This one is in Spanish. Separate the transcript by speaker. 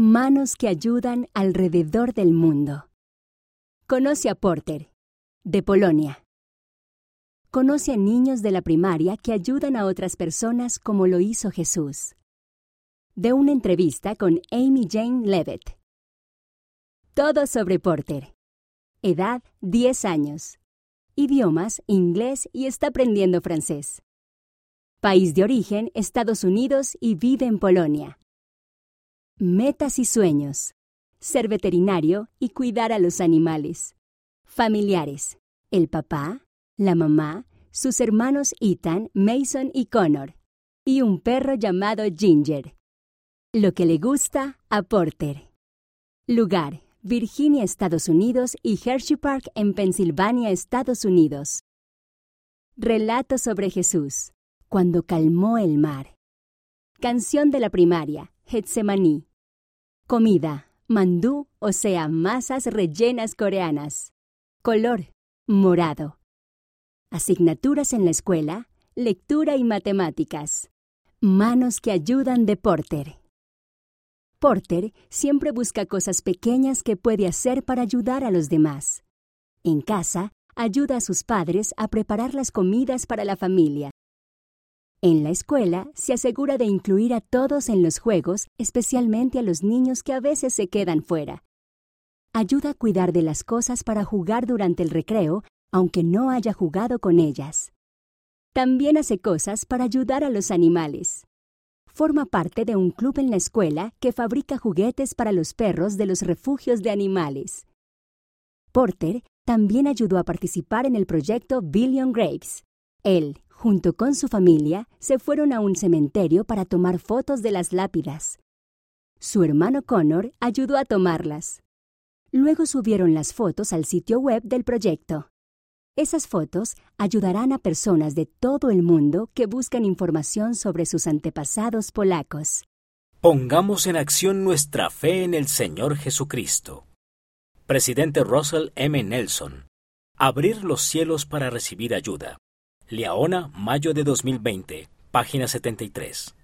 Speaker 1: Manos que ayudan alrededor del mundo. Conoce a Porter, de Polonia. Conoce a niños de la primaria que ayudan a otras personas como lo hizo Jesús. De una entrevista con Amy Jane Levitt. Todo sobre Porter. Edad, 10 años. Idiomas, inglés y está aprendiendo francés. País de origen, Estados Unidos y vive en Polonia. Metas y sueños. Ser veterinario y cuidar a los animales. Familiares. El papá, la mamá, sus hermanos Ethan, Mason y Connor. Y un perro llamado Ginger. Lo que le gusta a Porter. Lugar: Virginia, Estados Unidos y Hershey Park en Pensilvania, Estados Unidos. Relato sobre Jesús, cuando calmó el mar. Canción de la primaria, Getsemaní. Comida, mandú, o sea, masas rellenas coreanas. Color, morado. Asignaturas en la escuela, lectura y matemáticas. Manos que ayudan de Porter. Porter siempre busca cosas pequeñas que puede hacer para ayudar a los demás. En casa, ayuda a sus padres a preparar las comidas para la familia. En la escuela, se asegura de incluir a todos en los juegos, especialmente a los niños que a veces se quedan fuera. Ayuda a cuidar de las cosas para jugar durante el recreo, aunque no haya jugado con ellas. También hace cosas para ayudar a los animales. Forma parte de un club en la escuela que fabrica juguetes para los perros de los refugios de animales. Porter también ayudó a participar en el proyecto Billion Graves. Él, junto con su familia, se fueron a un cementerio para tomar fotos de las lápidas. Su hermano Connor ayudó a tomarlas. Luego subieron las fotos al sitio web del proyecto. Esas fotos ayudarán a personas de todo el mundo que buscan información sobre sus antepasados polacos.
Speaker 2: Pongamos en acción nuestra fe en el Señor Jesucristo. Presidente Russell M. Nelson. Abrir los cielos para recibir ayuda. Liaona, mayo de 2020, página 73.